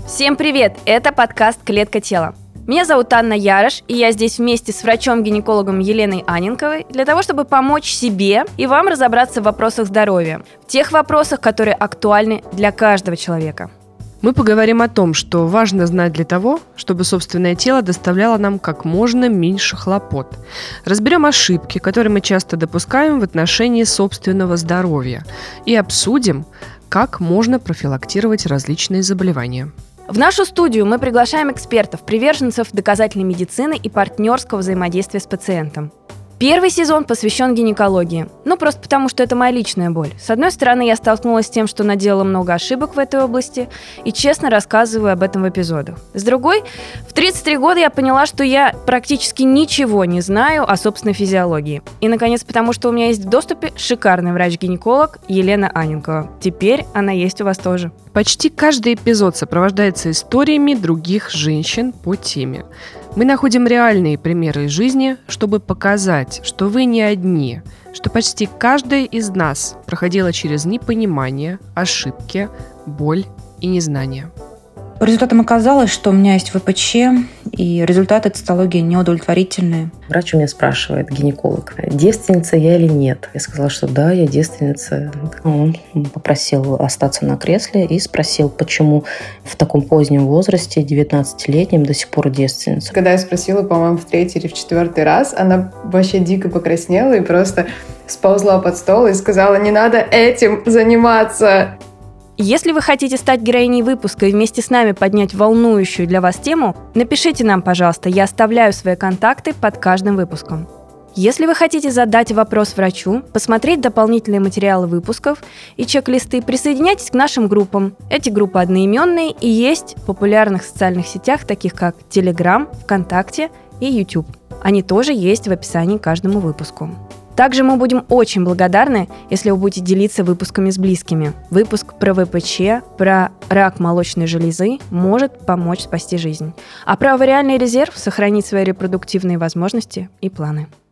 Всем привет! Это подкаст «Клетка тела». Меня зовут Анна Ярош, и я здесь вместе с врачом-гинекологом Еленой Анненковой для того, чтобы помочь себе и вам разобраться в вопросах здоровья, в тех вопросах, которые актуальны для каждого человека. Мы поговорим о том, что важно знать для того, чтобы собственное тело доставляло нам как можно меньше хлопот. Разберем ошибки, которые мы часто допускаем в отношении собственного здоровья, и обсудим, как можно профилактировать различные заболевания. В нашу студию мы приглашаем экспертов, приверженцев доказательной медицины и партнерского взаимодействия с пациентом. Первый сезон посвящен гинекологии. Просто потому, что это моя личная боль. С одной стороны, я столкнулась с тем, что наделала много ошибок в этой области, и честно рассказываю об этом в эпизодах. С другой, в 33 года я поняла, что я практически ничего не знаю о собственной физиологии. И, наконец, потому что у меня есть в доступе шикарный врач-гинеколог Елена Анненкова. Теперь она есть у вас тоже. Почти каждый эпизод сопровождается историями других женщин по теме. Мы находим реальные примеры из жизни, чтобы показать, что вы не одни, что почти каждая из нас проходила через непонимание, ошибки, боль и незнание. По результатам оказалось, что у меня есть ВПЧ, и результаты цитологии неудовлетворительные. Врач у меня спрашивает, гинеколог, девственница я или нет? Я сказала, что да, я девственница. Он попросил остаться на кресле и спросил, почему в таком позднем возрасте, 19-летнем, до сих пор девственница. Когда я спросила, по-моему, в 3-й или в 4-й раз, она вообще дико покраснела и просто сползла под стол и сказала, не надо этим заниматься. Если вы хотите стать героиней выпуска и вместе с нами поднять волнующую для вас тему, напишите нам, пожалуйста, я оставляю свои контакты под каждым выпуском. Если вы хотите задать вопрос врачу, посмотреть дополнительные материалы выпусков и чек-листы, присоединяйтесь к нашим группам. Эти группы одноименные и есть в популярных социальных сетях, таких как Telegram, ВКонтакте и YouTube. Они тоже есть в описании к каждому выпуску. Также мы будем очень благодарны, если вы будете делиться выпусками с близкими. Выпуск про ВПЧ, про рак молочной железы может помочь спасти жизнь. А про авариальный резерв – сохранить свои репродуктивные возможности и планы.